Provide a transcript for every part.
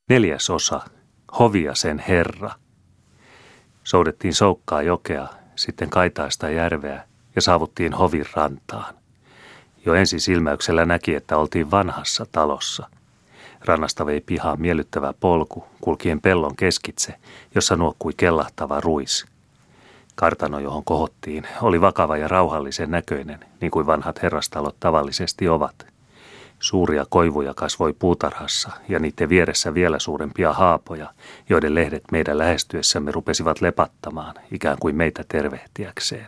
4. osa. Hovi ja sen herra. Soudettiin Soukkaa jokea, sitten Kaitaista järveä ja saavuttiin Hovin rantaan. Jo ensi silmäyksellä näki, että oltiin vanhassa talossa. Rannasta vei pihaan miellyttävä polku, kulkien pellon keskitse, jossa nuokkui kellahtava ruis. Kartano, johon kohottiin, oli vakava ja rauhallisen näköinen, niin kuin vanhat herrastalot tavallisesti ovat. Suuria koivuja kasvoi puutarhassa ja niiden vieressä vielä suurempia haapoja, joiden lehdet meidän lähestyessämme rupesivat lepattamaan, ikään kuin meitä tervehtiäkseen.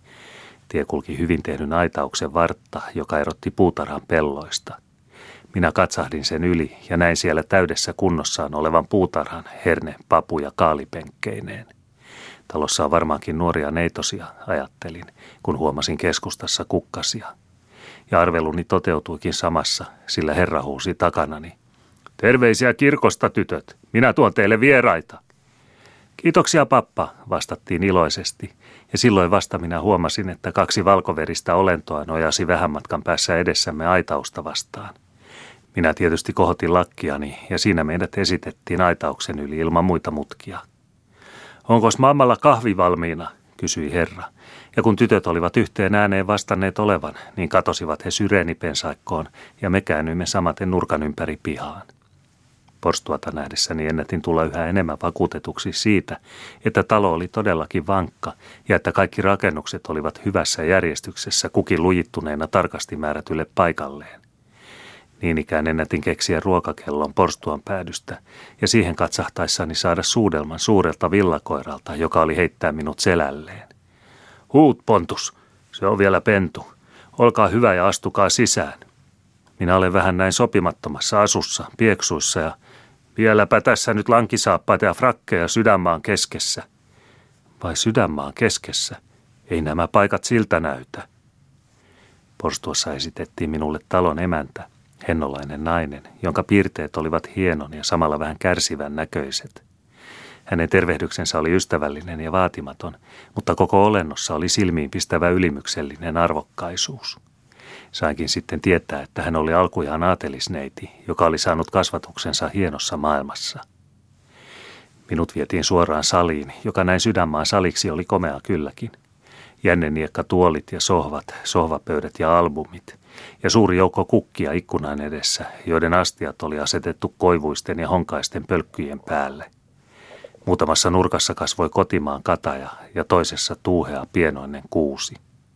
Tie kulki hyvin tehdyn aitauksen vartta, joka erotti puutarhan pelloista. Minä katsahdin sen yli ja näin siellä täydessä kunnossaan olevan puutarhan herne, papu ja kaalipenkkeineen. Talossa on varmaankin nuoria neitosia, ajattelin, kun huomasin keskustassa kukkasia. Ja arveluni toteutuikin samassa, sillä herra huusi takanani. Terveisiä kirkosta, tytöt. Minä tuon teille vieraita. Kiitoksia, pappa, vastattiin iloisesti. Ja silloin vasta minä huomasin, että 2 valkoveristä olentoa nojasi vähän matkan päässä edessämme aitausta vastaan. Minä tietysti kohotin lakkiani ja siinä meidät esitettiin aitauksen yli ilman muita mutkia. Onkos mammalla kahvi valmiina, kysyi herra. Ja kun tytöt olivat yhteen ääneen vastanneet olevan, niin katosivat he syreenipensaikkoon ja me käännyimme samaten nurkan ympäri pihaan. Porstuata nähdessäni ennätin tulla yhä enemmän vakuutetuksi siitä, että talo oli todellakin vankka ja että kaikki rakennukset olivat hyvässä järjestyksessä kukin lujittuneena tarkasti määrätylle paikalleen. Niin ikään ennätin keksiä ruokakellon porstuan päädystä ja siihen katsahtaessani saada suudelman suurelta villakoiralta, joka oli heittää minut selälleen. Huut, Pontus, se on vielä pentu. Olkaa hyvä ja astukaa sisään. Minä olen vähän näin sopimattomassa asussa, pieksuissa ja vieläpä tässä nyt lankisaappaita ja frakkeja sydänmaan keskessä. Vai sydänmaan keskessä? Ei nämä paikat siltä näytä. Porstuassa esitettiin minulle talon emäntä, hennolainen nainen, jonka piirteet olivat hienon ja samalla vähän kärsivän näköiset. Hänen tervehdyksensä oli ystävällinen ja vaatimaton, mutta koko olennossa oli silmiinpistävä ylimyksellinen arvokkaisuus. Sainkin sitten tietää, että hän oli alkujaan aatelisneiti, joka oli saanut kasvatuksensa hienossa maailmassa. Minut vietiin suoraan saliin, joka näin sydänmaan saliksi oli komea kylläkin. Jänneniekka tuolit ja sohvat, sohvapöydät ja albumit, ja suuri joukko kukkia ikkunan edessä, joiden astiat oli asetettu koivuisten ja honkaisten pölkkyjen päälle. Muutamassa nurkassa kasvoi kotimaan kataja ja toisessa tuuhea pienoinen kuusi.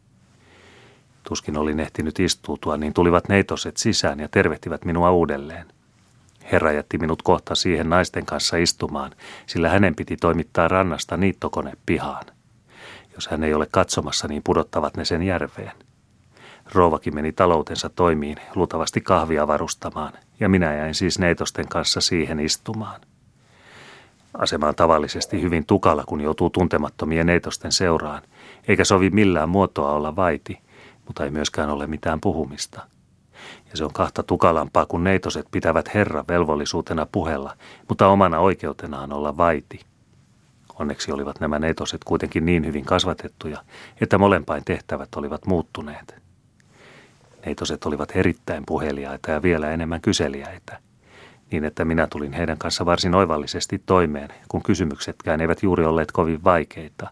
Tuskin olin ehtinyt istuutua, niin tulivat neitoset sisään ja tervehtivät minua uudelleen. Herra jätti minut kohta siihen naisten kanssa istumaan, sillä hänen piti toimittaa rannasta niittokone pihaan. Jos hän ei ole katsomassa, niin pudottavat ne sen järveen. Rouvakin meni taloutensa toimiin, luultavasti kahvia varustamaan, ja minä jäin siis neitosten kanssa siihen istumaan. Asema on tavallisesti hyvin tukala, kun joutuu tuntemattomien neitosten seuraan, eikä sovi millään muotoa olla vaiti, mutta ei myöskään ole mitään puhumista. Ja se on kahta tukalampaa, kun neitoset pitävät herran velvollisuutena puhella, mutta omana oikeutenaan olla vaiti. Onneksi olivat nämä neitoset kuitenkin niin hyvin kasvatettuja, että molempain tehtävät olivat muuttuneet. Neitoset olivat erittäin puheliaita ja vielä enemmän kyseliäitä, niin että minä tulin heidän kanssa varsin oivallisesti toimeen, kun kysymyksetkään eivät juuri olleet kovin vaikeita.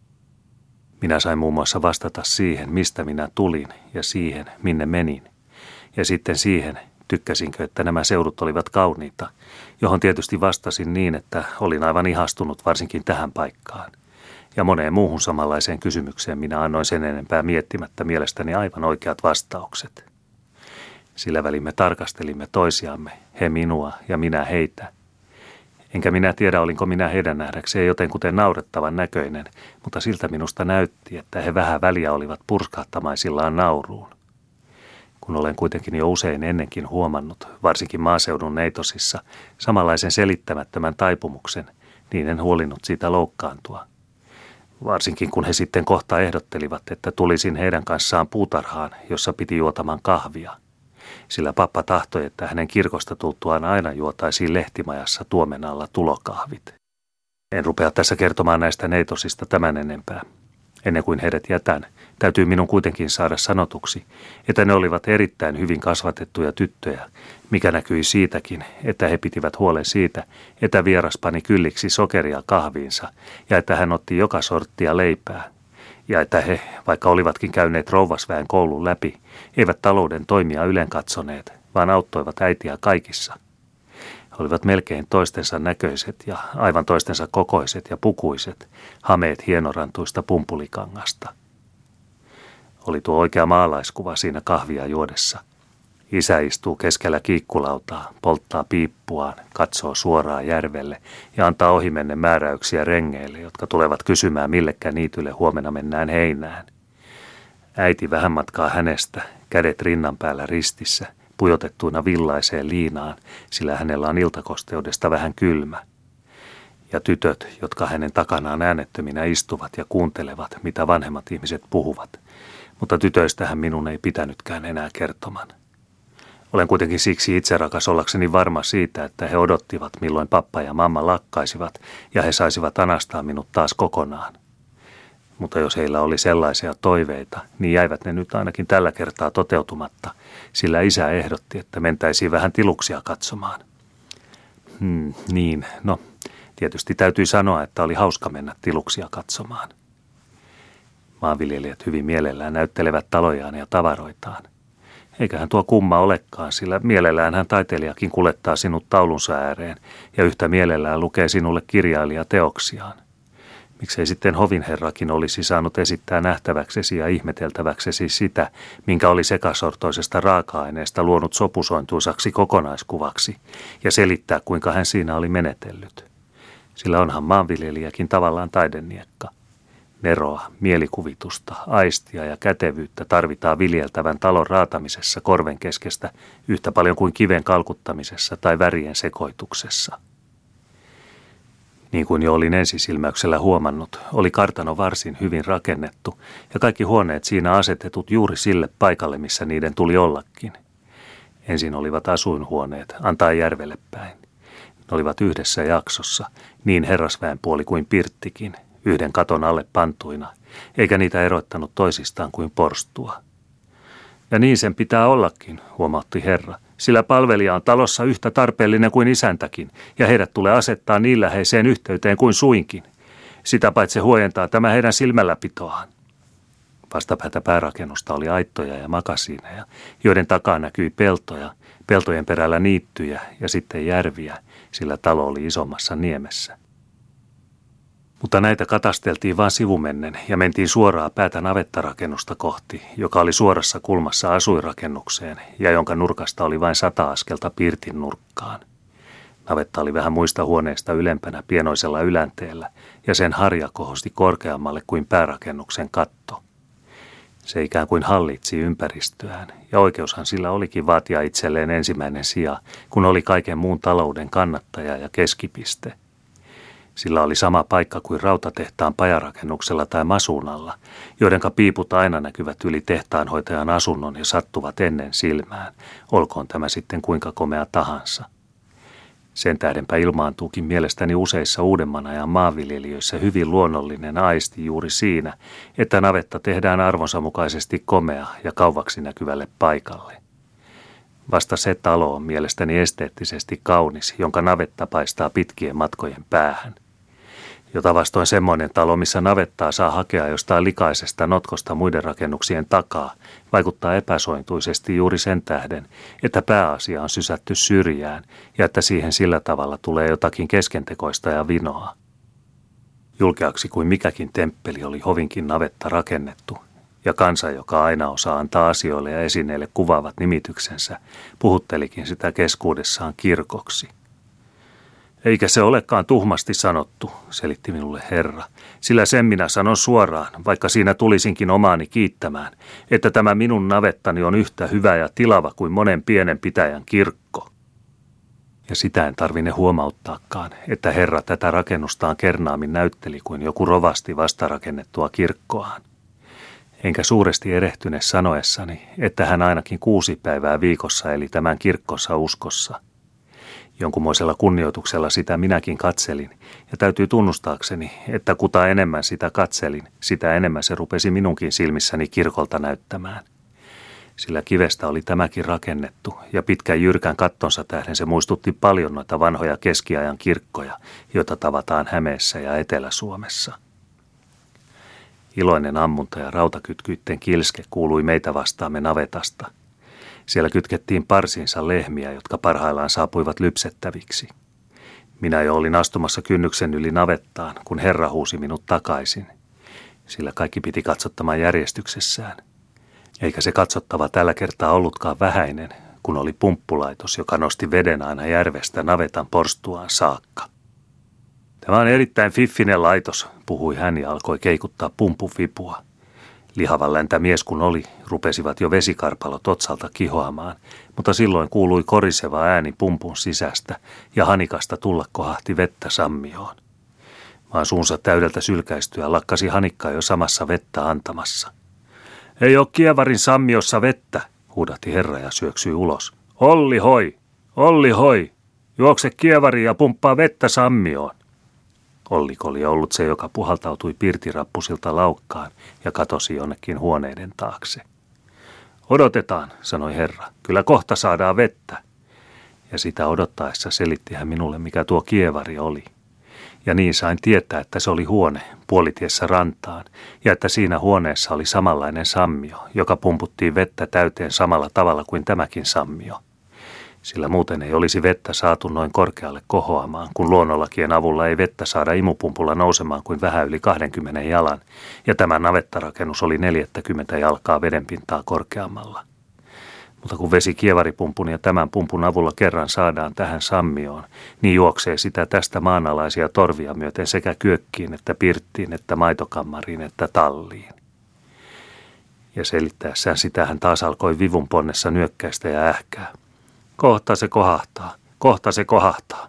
Minä sain muun muassa vastata siihen, mistä minä tulin ja siihen, minne menin. Ja sitten siihen, tykkäsinkö, että nämä seudut olivat kauniita, johon tietysti vastasin niin, että olin aivan ihastunut varsinkin tähän paikkaan. Ja moneen muuhun samanlaiseen kysymykseen minä annoin sen enempää miettimättä mielestäni aivan oikeat vastaukset. Sillä välin me tarkastelimme toisiamme, he minua ja minä heitä. Enkä minä tiedä, olinko minä heidän nähdäkseen jotenkuten naurettavan näköinen, mutta siltä minusta näytti, että he vähän väliä olivat purskahtamaisillaan nauruun. Kun olen kuitenkin jo usein ennenkin huomannut, varsinkin maaseudun neitosissa, samanlaisen selittämättömän taipumuksen, niin en huolinut siitä loukkaantua. Varsinkin kun he sitten kohta ehdottelivat, että tulisin heidän kanssaan puutarhaan, jossa piti juotaman kahvia. Sillä pappa tahtoi, että hänen kirkosta tultuaan aina juotaisiin lehtimajassa tuomen alla tulokahvit. En rupea tässä kertomaan näistä neitosista tämän enempää. Ennen kuin heidät jätän, täytyy minun kuitenkin saada sanotuksi, että ne olivat erittäin hyvin kasvatettuja tyttöjä, mikä näkyi siitäkin, että he pitivät huolen siitä, että vieras pani kylliksi sokeria kahviinsa ja että hän otti joka sorttia leipää. Ja että he, vaikka olivatkin käyneet rouvasväen koulun läpi, eivät talouden toimia ylen katsoneet, vaan auttoivat äitiä kaikissa. He olivat melkein toistensa näköiset ja aivan toistensa kokoiset ja pukuiset, hameet hienorantuista pumpulikangasta. Oli tuo oikea maalaiskuva siinä kahvia juodessa. Isä istuu keskellä kiikkulautaa, polttaa piippuaan, katsoo suoraan järvelle ja antaa ohimennen määräyksiä rengeille, jotka tulevat kysymään millekä niitylle huomenna mennään heinään. Äiti vähän matkaa hänestä, kädet rinnan päällä ristissä, pujotettuina villaiseen liinaan, sillä hänellä on iltakosteudesta vähän kylmä. Ja tytöt, jotka hänen takanaan äänettöminä istuvat ja kuuntelevat, mitä vanhemmat ihmiset puhuvat. Mutta tytöistähän minun ei pitänytkään enää kertoman. Olen kuitenkin siksi itserakas ollakseni varma siitä, että he odottivat, milloin pappa ja mamma lakkaisivat, ja he saisivat anastaa minut taas kokonaan. Mutta jos heillä oli sellaisia toiveita, niin jäivät ne nyt ainakin tällä kertaa toteutumatta, sillä isä ehdotti, että mentäisiin vähän tiluksia katsomaan. Tietysti täytyy sanoa, että oli hauska mennä tiluksia katsomaan. Maanviljelijät hyvin mielellään näyttelevät talojaan ja tavaroitaan. Eiköhän tuo kumma olekaan, sillä mielellään hän taiteilijakin kuljettaa sinut taulunsa ääreen ja yhtä mielellään lukee sinulle kirjailijateoksiaan. Miksei sitten hovinherrakin olisi saanut esittää nähtäväksesi ja ihmeteltäväksesi sitä, minkä oli sekasortoisesta raaka-aineesta luonut sopusointuisaksi kokonaiskuvaksi ja selittää, kuinka hän siinä oli menetellyt. Sillä onhan maanviljelijäkin tavallaan taideniekka. Neroa, mielikuvitusta, aistia ja kätevyyttä tarvitaan viljeltävän talon raatamisessa korven keskestä yhtä paljon kuin kiven kalkuttamisessa tai värien sekoituksessa. Niin kuin jo olin ensisilmäyksellä huomannut, oli kartano varsin hyvin rakennettu ja kaikki huoneet siinä asetetut juuri sille paikalle, missä niiden tuli ollakin. Ensin olivat asuinhuoneet, antaa järvelle päin. Ne olivat yhdessä jaksossa, niin herrasväen puoli kuin pirttikin, yhden katon alle pantuina, eikä niitä erottanut toisistaan kuin porstua. Ja niin sen pitää ollakin, huomautti herra, sillä palvelija on talossa yhtä tarpeellinen kuin isäntäkin, ja heidät tulee asettaa niin läheiseen yhteyteen kuin suinkin. Sitä paitsi huojentaa tämä heidän silmälläpitoaan. Vastapäätä päärakennusta oli aittoja ja makasiineja, joiden takaa näkyi peltoja, peltojen perällä niittyjä ja sitten järviä, sillä talo oli isommassa niemessä. Mutta näitä katasteltiin vain sivumennen ja mentiin suoraan päätä navettarakennusta kohti, joka oli suorassa kulmassa asuinrakennukseen ja jonka nurkasta oli vain 100 askelta pirtin nurkkaan. Navetta oli vähän muista huoneista ylempänä pienoisella ylänteellä ja sen harja kohosti korkeammalle kuin päärakennuksen katto. Se ikään kuin hallitsi ympäristöään ja oikeushan sillä olikin vaatia itselleen ensimmäinen sija, kun oli kaiken muun talouden kannattaja ja keskipiste. Sillä oli sama paikka kuin rautatehtaan pajarakennuksella tai masuunalla, joidenka piiput aina näkyvät yli tehtaanhoitajan asunnon ja sattuvat ennen silmään, olkoon tämä sitten kuinka komea tahansa. Sen tähdenpä ilmaantuukin mielestäni useissa uudemman ajan maanviljelijöissä hyvin luonnollinen aisti juuri siinä, että navetta tehdään arvonsa mukaisesti komea ja kauaksi näkyvälle paikalle. Vasta se talo on mielestäni esteettisesti kaunis, jonka navetta paistaa pitkien matkojen päähän. Jota vastoin semmoinen talo, missä navettaa saa hakea jostain likaisesta notkosta muiden rakennuksien takaa, vaikuttaa epäsointuisesti juuri sen tähden, että pääasia on sysätty syrjään ja että siihen sillä tavalla tulee jotakin keskentekoista ja vinoa. Julkeaksi kuin mikäkin temppeli oli hovinkin navetta rakennettu, ja kansa, joka aina osaa antaa asioille ja esineille kuvaavat nimityksensä, puhuttelikin sitä keskuudessaan kirkoksi. Eikä se olekaan tuhmasti sanottu, selitti minulle herra, sillä sen minä sanon suoraan, vaikka siinä tulisinkin omaani kiittämään, että tämä minun navettani on yhtä hyvä ja tilava kuin monen pienen pitäjän kirkko. Ja sitä en tarvinne huomauttaakaan, että herra tätä rakennustaan kernaammin näytteli kuin joku rovasti vastarakennettua kirkkoaan. Enkä suuresti erehtyne sanoessani, että hän ainakin 6 päivää viikossa eli tämän kirkkonsa uskossa. Jonkunmoisella kunnioituksella sitä minäkin katselin, ja täytyy tunnustaakseni, että kuta enemmän sitä katselin, sitä enemmän se rupesi minunkin silmissäni kirkolta näyttämään. Sillä kivestä oli tämäkin rakennettu, ja pitkän jyrkän kattonsa tähden se muistutti paljon noita vanhoja keskiajan kirkkoja, joita tavataan Hämeessä ja Etelä-Suomessa. Iloinen ammunta ja rautakytkyitten kilske kuului meitä vastaamme navetasta. Siellä kytkettiin parsiinsa lehmiä, jotka parhaillaan saapuivat lypsettäviksi. Minä jo olin astumassa kynnyksen yli navettaan, kun Herra huusi minut takaisin. Sillä kaikki piti katsottamaan järjestyksessään. Eikä se katsottava tällä kertaa ollutkaan vähäinen, kun oli pumppulaitos, joka nosti veden aina järvestä navetan porstuaan saakka. Tämä on erittäin fiffinen laitos, puhui hän ja alkoi keikuttaa pumpun vipua. Lihavan läntä mies kun oli, rupesivat jo vesikarpalot otsalta kihoamaan, mutta silloin kuului koriseva ääni pumpun sisästä ja hanikasta tulla kohahti vettä sammioon. Maan suunsa täydeltä sylkäistyä lakkasi hanikka jo samassa vettä antamassa. Ei ole kievarin sammiossa vettä, huudahti Herra ja syöksyi ulos. Olli hoi, Olli hoi, juokse kievari ja pumppaa vettä sammioon. Olliko oli ollut se, joka puhaltautui pirtirappusilta laukkaan ja katosi jonnekin huoneiden taakse. Odotetaan, sanoi Herra, kyllä kohta saadaan vettä. Ja sitä odottaessa selitti hän minulle, mikä tuo kievari oli. Ja niin sain tietää, että se oli huone puolitiessä rantaan ja että siinä huoneessa oli samanlainen sammio, joka pumputtiin vettä täyteen samalla tavalla kuin tämäkin sammio. Sillä muuten ei olisi vettä saatu noin korkealle kohoamaan, kun luonnonlakien avulla ei vettä saada imupumpulla nousemaan kuin vähän yli 20 jalan, ja tämä navettarakennus oli 40 jalkaa vedenpintaa korkeammalla. Mutta kun vesi kievaripumpun ja tämän pumpun avulla kerran saadaan tähän sammioon, niin juoksee sitä tästä maanalaisia torvia myöten sekä kyökkiin, että pirttiin, että maitokammariin, että talliin. Ja selittäessään sitä hän taas alkoi vivun ponnessa nyökkäistä ja ähkää. Kohta se kohahtaa, kohta se kohahtaa.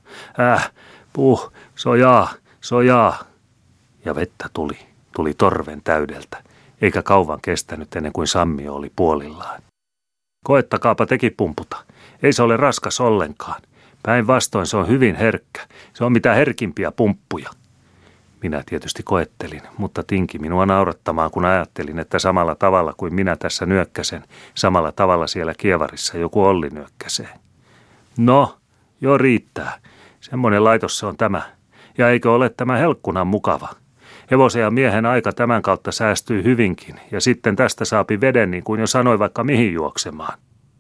Sojaa, sojaa. Ja vettä tuli torven täydeltä, eikä kauan kestänyt ennen kuin sammio oli puolillaan. Koettakaapa teki pumputa. Ei se ole raskas ollenkaan. Päinvastoin se on hyvin herkkä. Se on mitä herkimpiä pumppuja. Minä tietysti koettelin, mutta tinki minua naurattamaan, kun ajattelin, että samalla tavalla kuin minä tässä nyökkäsen, samalla tavalla siellä kievarissa joku Olli nyökkäsee. No, jo riittää. Semmoinen laitos se on tämä. Ja eikö ole tämä helkkunan mukava? Hevosen ja miehen aika tämän kautta säästyy hyvinkin, ja sitten tästä saapi veden, niin kuin jo sanoi, vaikka mihin juoksemaan.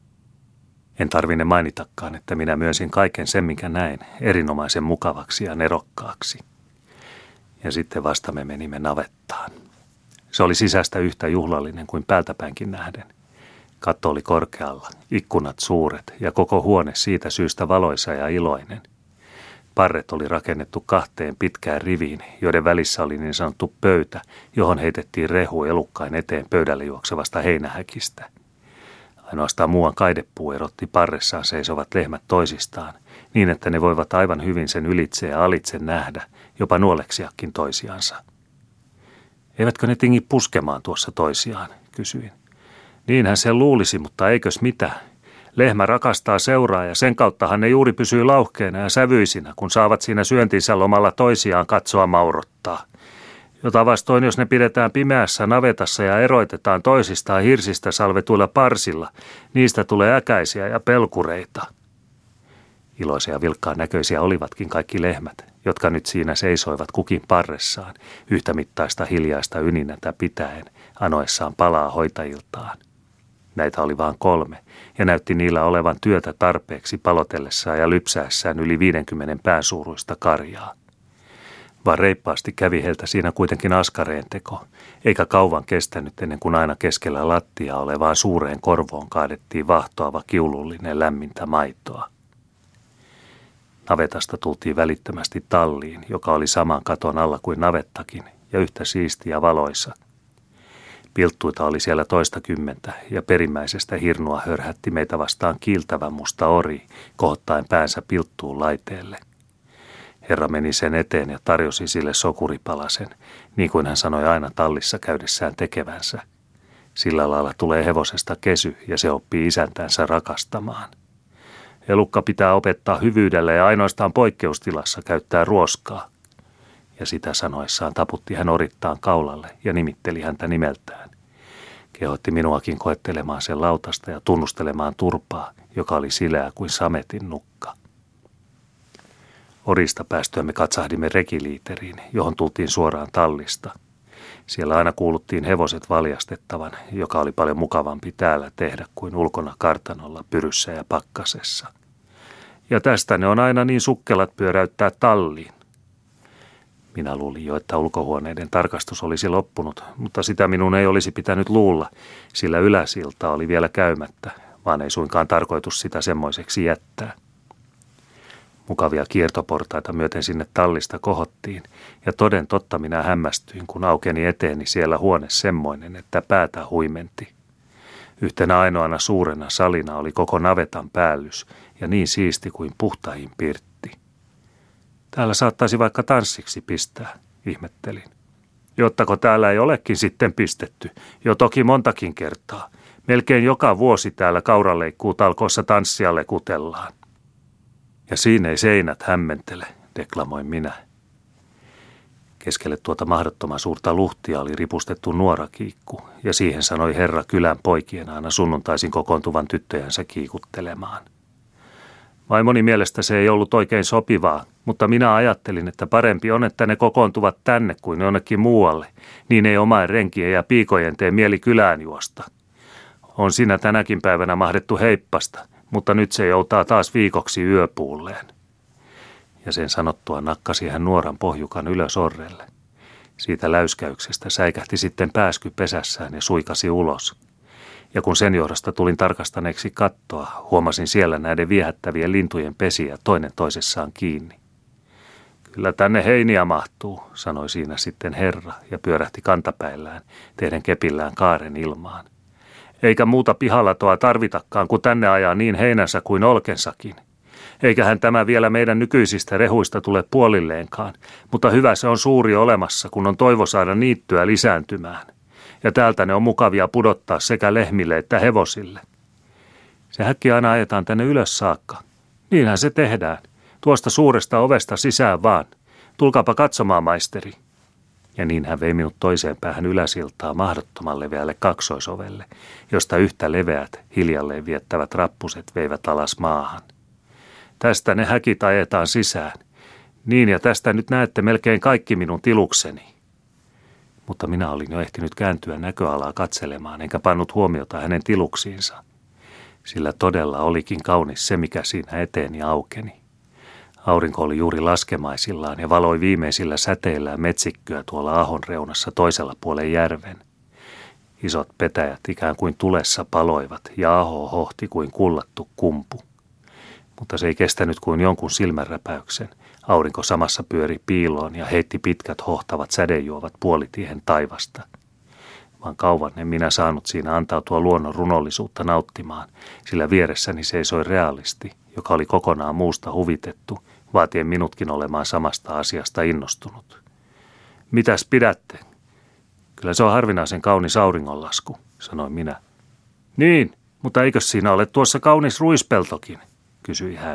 En tarvinne mainitakaan, että minä myönsin kaiken sen, minkä näin, erinomaisen mukavaksi ja nerokkaaksi. Ja sitten vasta me menimme navettaan. Se oli sisästä yhtä juhlallinen kuin päältäpäinkin nähden. Katto oli korkealla, ikkunat suuret ja koko huone siitä syystä valoisa ja iloinen. Parret oli rakennettu 2 pitkään riviin, joiden välissä oli niin sanottu pöytä, johon heitettiin rehu elukkain eteen pöydälle juoksevasta heinähäkistä. Ainoastaan muuan kaidepuu erotti parressaan seisovat lehmät toisistaan, niin että ne voivat aivan hyvin sen ylitse ja alitse nähdä, jopa nuoleksiakin toisiansa. Eivätkö ne tingi puskemaan tuossa toisiaan, kysyin. Niinhän se luulisi, mutta eikös mitä? Lehmä rakastaa seuraa ja sen kauttahan ne juuri pysyy lauhkeina ja sävyisinä, kun saavat siinä syöntinsä lomalla toisiaan katsoa maurottaa. Jota vastoin, jos ne pidetään pimeässä navetassa ja eroitetaan toisistaan hirsistä salvetuilla parsilla, niistä tulee äkäisiä ja pelkureita. Iloisia ja vilkkaan näköisiä olivatkin kaikki lehmät, jotka nyt siinä seisoivat kukin parressaan, yhtä mittaista hiljaista yninätä pitäen, anoessaan palaa hoitajiltaan. Näitä oli vain 3, ja näytti niillä olevan työtä tarpeeksi palotellessaan ja lypsäessään yli 50 pään suuruista karjaa. Vaan reippaasti kävi heiltä siinä kuitenkin askareen teko, eikä kauan kestänyt ennen kuin aina keskellä lattiaa olevaan suureen korvoon kaadettiin vahtoava kiulullinen lämmintä maitoa. Navetasta tultiin välittömästi talliin, joka oli saman katon alla kuin navettakin ja yhtä siisti ja valoisa. Pilttuita oli siellä 20 ja perimmäisestä hirnua hörhätti meitä vastaan kiiltävä musta ori, kohottaen päänsä pilttuun laiteelle. Herra meni sen eteen ja tarjosi sille sokuripalasen, niin kuin hän sanoi aina tallissa käydessään tekevänsä. Sillä lailla tulee hevosesta kesy ja se oppii isäntänsä rakastamaan. Elukka pitää opettaa hyvyydellä ja ainoastaan poikkeustilassa käyttää ruoskaa. Ja sitä sanoessaan taputti hän orittaan kaulalle ja nimitteli häntä nimeltään. Kehotti minuakin koettelemaan sen lautasta ja tunnustelemaan turpaa, joka oli sileä kuin sametin nukka. Orista päästyämme katsahdimme rekiliiteriin, johon tultiin suoraan tallista. Siellä aina kuuluttiin hevoset valjastettavan, joka oli paljon mukavampi täällä tehdä kuin ulkona kartanolla pyryssä ja pakkasessa. Ja tästä ne on aina niin sukkelat pyöräyttää talliin. Minä luulin jo, että ulkohuoneiden tarkastus olisi loppunut, mutta sitä minun ei olisi pitänyt luulla, sillä yläsilta oli vielä käymättä, vaan ei suinkaan tarkoitus sitä semmoiseksi jättää. Mukavia kiertoportaita myöten sinne tallista kohottiin, ja toden totta minä hämmästyin, kun aukeni eteeni siellä huone semmoinen, että päätä huimenti. Yhtenä ainoana suurena salina oli koko navetan päällys, ja niin siisti kuin puhtain pirtti. Täällä saattaisi vaikka tanssiksi pistää, ihmettelin. Jottako täällä ei olekin sitten pistetty, jo toki montakin kertaa. Melkein joka vuosi täällä kauraleikkuu-talkoissa tanssijalle kutellaan. Ja siinä ei seinät hämmentele, deklamoin minä. Keskelle tuota mahdottoman suurta luhtia oli ripustettu nuorakiikku, ja siihen sanoi herra kylän poikien aina sunnuntaisin kokoontuvan tyttöjänsä kiikuttelemaan. Vaimoni mielestä se ei ollut oikein sopivaa, mutta minä ajattelin, että parempi on, että ne kokoontuvat tänne kuin jonnekin muualle, niin ei omain renkien ja piikojen tee mieli kylään juosta. On siinä tänäkin päivänä mahdettu heippasta, mutta nyt se joutaa taas viikoksi yöpuulleen. Ja sen sanottua nakkasi hän nuoran pohjukan ylös orrelle. Siitä läyskäyksestä säikähti sitten pääsky pesässään ja suikasi ulos. Ja kun sen johdosta tulin tarkastaneeksi kattoa, huomasin siellä näiden viehättävien lintujen pesiä toinen toisessaan kiinni. Kyllä tänne heiniä mahtuu, sanoi siinä sitten herra ja pyörähti kantapäillään, tehden kepillään kaaren ilmaan. Eikä muuta pihalatoa tarvitakaan, kun tänne ajaa niin heinänsä kuin olkensakin. Eiköhän tämä vielä meidän nykyisistä rehuista tule puolilleenkaan, mutta hyvä se on suuri olemassa, kun on toivo saada niittyä lisääntymään. Ja täältä ne on mukavia pudottaa sekä lehmille että hevosille. Se häkki aina ajetaan tänne ylös saakka. Niinhän se tehdään. Tuosta suuresta ovesta sisään vaan. Tulkaapa katsomaan, maisteri. Ja niin hän vei minut toiseen päähän yläsiltaa mahdottoman leveälle kaksoisovelle, josta yhtä leveät, hiljalleen viettävät rappuset veivät alas maahan. Tästä ne häkit ajetaan sisään. Niin, ja tästä nyt näette melkein kaikki minun tilukseni. Mutta minä olin jo ehtinyt kääntyä näköalaa katselemaan, enkä pannut huomiota hänen tiluksiinsa. Sillä todella olikin kaunis se, mikä siinä eteeni aukeni. Aurinko oli juuri laskemaisillaan ja valoi viimeisillä säteillään metsikköä tuolla ahon reunassa toisella puolen järven. Isot petäjät ikään kuin tulessa paloivat ja aho hohti kuin kullattu kumpu. Mutta se ei kestänyt kuin jonkun silmänräpäyksen. Aurinko samassa pyöri piiloon ja heitti pitkät hohtavat sädejuovat puolitiehen taivasta. Vaan kauan en minä saanut siinä antautua luonnon runollisuutta nauttimaan, sillä vieressäni seisoi realisti, joka oli kokonaan muusta huvitettu, vaatien minutkin olemaan samasta asiasta innostunut. Mitäs pidätte? Kyllä se on harvinaisen kaunis auringonlasku, sanoin minä. Niin, mutta eikös siinä ole tuossa kaunis ruispeltokin, kysyi hän.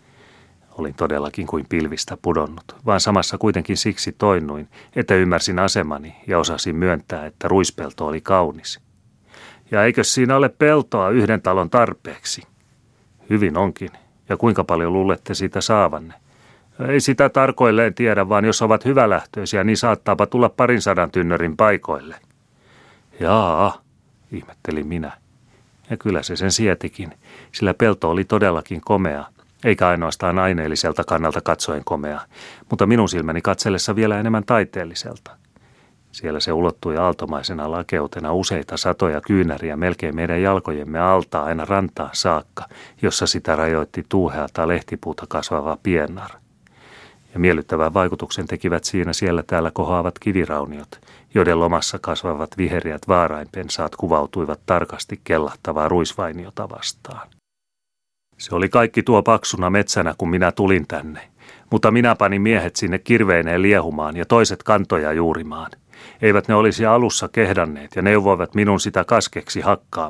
Olin todellakin kuin pilvistä pudonnut, vaan samassa kuitenkin siksi toinnuin, että ymmärsin asemani ja osasin myöntää, että ruispelto oli kaunis. Ja eikös siinä ole peltoa yhden talon tarpeeksi? Hyvin onkin. Ja kuinka paljon luulette siitä saavanne? Ei sitä tarkoilleen tiedä, vaan jos ovat hyvälähtöisiä, niin saattaapa tulla 200 tynnyrin paikoille. Jaa, ihmettelin minä. Ja kyllä se sen sietikin, sillä pelto oli todellakin komea, eikä ainoastaan aineelliselta kannalta katsoen komea, mutta minun silmäni katsellessa vielä enemmän taiteelliselta. Siellä se ulottui aaltomaisena lakeutena useita satoja kyynäriä melkein meidän jalkojemme alta aina rantaan saakka, jossa sitä rajoitti tuuheata lehtipuuta kasvava piennar. Ja miellyttävän vaikutuksen tekivät siinä siellä täällä kohoavat kivirauniot, joiden lomassa kasvavat viheriät vaarainpensaat kuvautuivat tarkasti kellahtavaa ruisvainiota vastaan. Se oli kaikki tuo paksuna metsänä, kun minä tulin tänne, mutta minä panin miehet sinne kirveineen liehumaan ja toiset kantoja juurimaan. Eivät ne olisi alussa kehdanneet ja neuvoivat minun sitä kaskeksi hakkaamaan.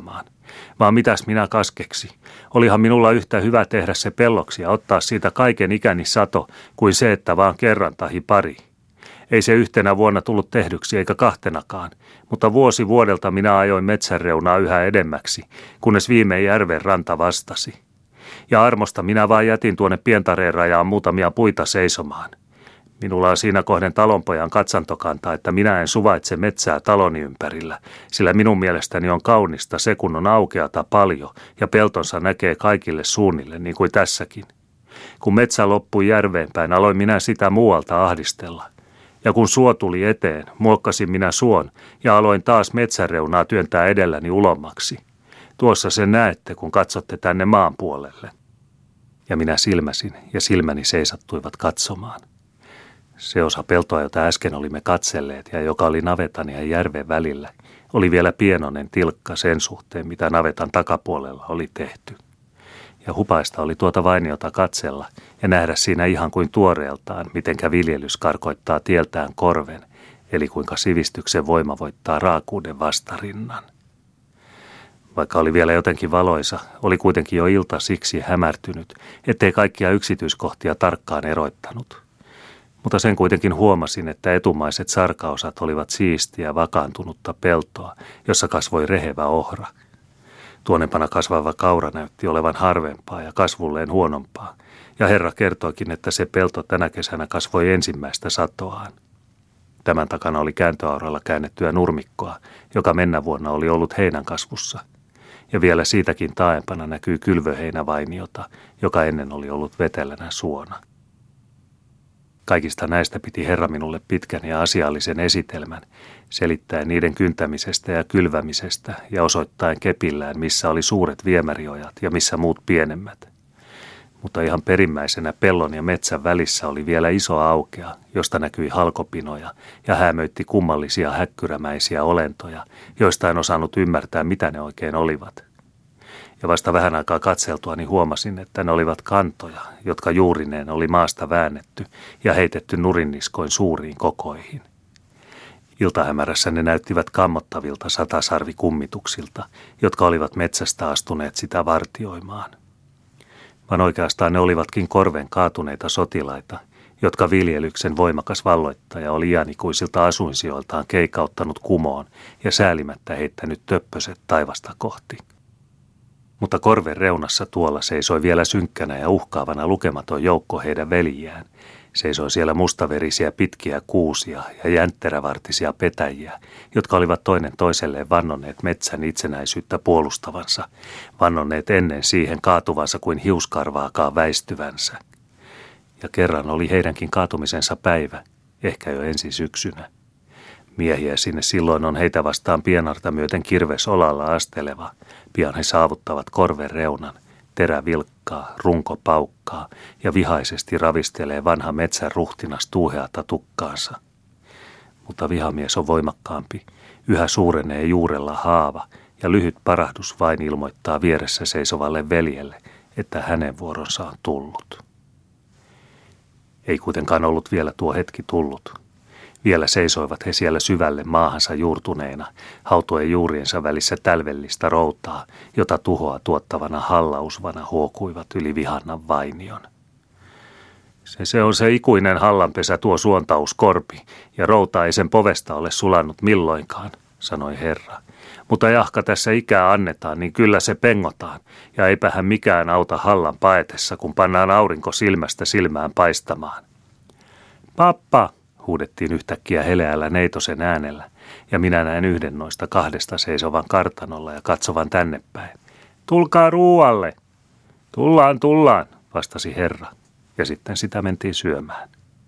Vaan mitäs minä kaskeksi? Olihan minulla yhtä hyvä tehdä se pelloksi ja ottaa siitä kaiken ikäni sato, kuin se, että vaan kerran tahi pari. Ei se yhtenä vuonna tullut tehdyksi eikä kahtenakaan, mutta vuosi vuodelta minä ajoin metsän reunaa yhä edemmäksi, kunnes viimein järven ranta vastasi. Ja armosta minä vaan jätin tuonne Pientareen rajaan muutamia puita seisomaan. Minulla on siinä kohden talonpojan katsantokanta, että minä en suvaitse metsää taloni ympärillä, sillä minun mielestäni on kaunista se, kun on aukeata paljon ja peltonsa näkee kaikille suunnille, niin kuin tässäkin. Kun metsä loppui järveen päin, aloin minä sitä muualta ahdistella. Ja kun suo tuli eteen, muokkasin minä suon ja aloin taas metsäreunaa työntää edelläni ulommaksi. Tuossa sen näette, kun katsotte tänne maan puolelle. Ja minä silmäsin ja silmäni seisattuivat katsomaan. Se osa peltoa, jota äsken olimme katselleet ja joka oli navetan ja järven välillä, oli vielä pienoinen tilkka sen suhteen, mitä navetan takapuolella oli tehty. Ja hupaista oli tuota vainiota katsella ja nähdä siinä ihan kuin tuoreeltaan, mitenkä viljelys karkoittaa tieltään korven, eli kuinka sivistyksen voima voittaa raakuuden vastarinnan. Vaikka oli vielä jotenkin valoisa, oli kuitenkin jo ilta siksi hämärtynyt, ettei kaikkia yksityiskohtia tarkkaan eroittanut. Mutta sen kuitenkin huomasin, että etumaiset sarkaosat olivat siistiä vakaantunutta peltoa, jossa kasvoi rehevä ohra. Tuonempana kasvava kaura näytti olevan harvempaa ja kasvulleen huonompaa, ja Herra kertoikin, että se pelto tänä kesänä kasvoi ensimmäistä satoaan. Tämän takana oli kääntöauralla käännettyä nurmikkoa, joka mennä vuonna oli ollut heinän kasvussa. Ja vielä siitäkin taaempana näkyy kylvöheinävainiota, joka ennen oli ollut vetelänä suona. Kaikista näistä piti Herra minulle pitkän ja asiallisen esitelmän, selittäen niiden kyntämisestä ja kylvämisestä ja osoittaen kepillään, missä oli suuret viemäriojat ja missä muut pienemmät. Mutta ihan perimmäisenä pellon ja metsän välissä oli vielä iso aukea, josta näkyi halkopinoja ja häämöitti kummallisia häkkyrämäisiä olentoja, joista en osannut ymmärtää, mitä ne oikein olivat. Ja vasta vähän aikaa katseltuani huomasin, että ne olivat kantoja, jotka juurineen oli maasta väännetty ja heitetty nurinniskoin suuriin kokoihin. Iltahämärässä ne näyttivät kammottavilta satasarvikummituksilta, jotka olivat metsästä astuneet sitä vartioimaan. Vaan oikeastaan ne olivatkin korven kaatuneita sotilaita, jotka viljelyksen voimakas valloittaja oli iänikuisilta asuinsijoiltaan keikauttanut kumoon ja säälimättä heittänyt töppöset taivasta kohti. Mutta korven reunassa tuolla seisoi vielä synkkänä ja uhkaavana lukematon joukko heidän veljiään. Seisoi siellä mustaverisiä pitkiä kuusia ja jäntterävartisia petäjiä, jotka olivat toinen toiselleen vannoneet metsän itsenäisyyttä puolustavansa, vannoneet ennen siihen kaatuvansa kuin hiuskarvaakaan väistyvänsä. Ja kerran oli heidänkin kaatumisensa päivä, ehkä jo ensi syksynä. Miehiä sinne silloin on heitä vastaan pienarta myöten kirves olalla asteleva. Pian he saavuttavat korven reunan, terä vilkkaa, runko paukkaa ja vihaisesti ravistelee vanha metsän ruhtinas tuuheata tukkaansa. Mutta vihamies on voimakkaampi, yhä suurenee juurella haava ja lyhyt parahdus vain ilmoittaa vieressä seisovalle veljelle, että hänen vuoronsa on tullut. Ei kuitenkaan ollut vielä tuo hetki tullut. Vielä seisoivat he siellä syvälle maahansa juurtuneena, hautuen juuriensa välissä tälvellistä routaa, jota tuhoa tuottavana hallausvana huokuivat yli vihannan vainion. Se on se ikuinen hallanpesä tuo suontauskorpi, ja routa ei sen povesta ole sulannut milloinkaan, sanoi Herra. Mutta jahka tässä ikää annetaan, niin kyllä se pengotaan, ja eipähän mikään auta hallan paetessa, kun pannaan aurinko silmästä silmään paistamaan. Pappa! Huudettiin yhtäkkiä heleällä neitosen äänellä, ja minä näin yhden noista kahdesta seisovan kartanolla ja katsovan tänne päin. Tulkaa ruualle! Tullaan, vastasi Herra, ja sitten sitä mentiin syömään.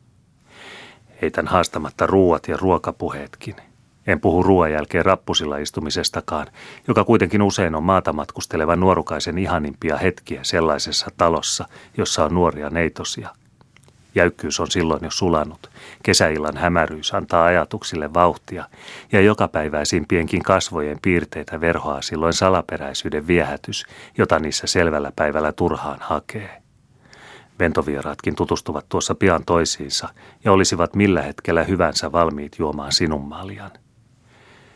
Heitän haastamatta ruuat ja ruokapuheetkin. En puhu ruoan jälkeen rappusilla istumisestakaan, joka kuitenkin usein on maata matkustelevan nuorukaisen ihanimpia hetkiä sellaisessa talossa, jossa on nuoria neitosia. Jäykkyys on silloin jo sulanut. Kesäillan hämäryys antaa ajatuksille vauhtia, ja jokapäiväisimpienkin kasvojen piirteitä verhoaa silloin salaperäisyyden viehätys, jota niissä selvällä päivällä turhaan hakee. Ventovieraatkin tutustuvat tuossa pian toisiinsa ja olisivat millä hetkellä hyvänsä valmiit juomaan sinun maljan.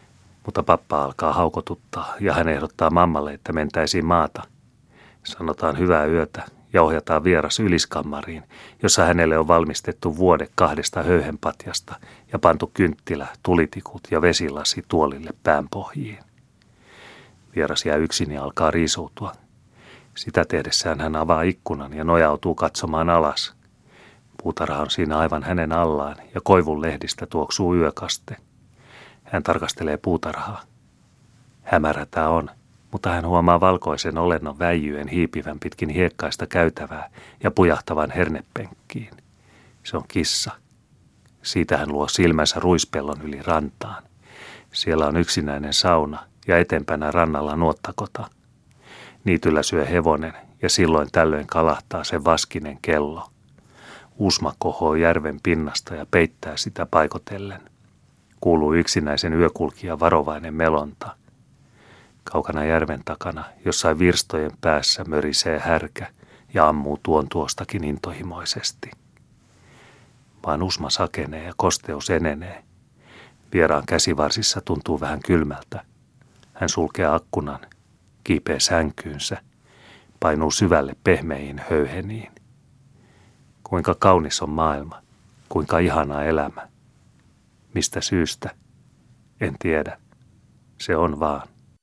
Mutta pappa alkaa haukotuttaa ja hän ehdottaa mammalle, että mentäisiin maata. Sanotaan hyvää yötä ja ohjataan vieras yliskammariin, jossa hänelle on valmistettu vuode 2 höyhenpatjasta ja pantu kynttilä, tulitikut ja vesilasi tuolille päänpohjiin. Vieras jää yksin ja alkaa riisuutua. Sitä tehdessään hän avaa ikkunan ja nojautuu katsomaan alas. Puutarha on siinä aivan hänen allaan ja koivun lehdistä tuoksuu yökaste. Hän tarkastelee puutarhaa. Hämärätä on, mutta hän huomaa valkoisen olennon väijyen hiipivän pitkin hiekkaista käytävää ja pujahtavan hernepenkkiin. Se on kissa. Siitä hän luo silmänsä ruispellon yli rantaan. Siellä on yksinäinen sauna ja etempänä rannalla nuottakota. Niityllä syö hevonen ja silloin tällöin kalahtaa sen vaskinen kello. Usma kohoo järven pinnasta ja peittää sitä paikotellen. Kuuluu yksinäisen yökulkijan varovainen melonta. Kaukana järven takana, jossain virstojen päässä mörisee härkä ja ammuu tuon tuostakin intohimoisesti. Vaan usma sakenee ja kosteus enenee. Vieraan käsivarsissa tuntuu vähän kylmältä. Hän sulkee akkunan, kiipee sänkyynsä, painuu syvälle pehmeihin höyheniin. Kuinka kaunis on maailma, kuinka ihana elämä. Mistä syystä? En tiedä. Se on vaan.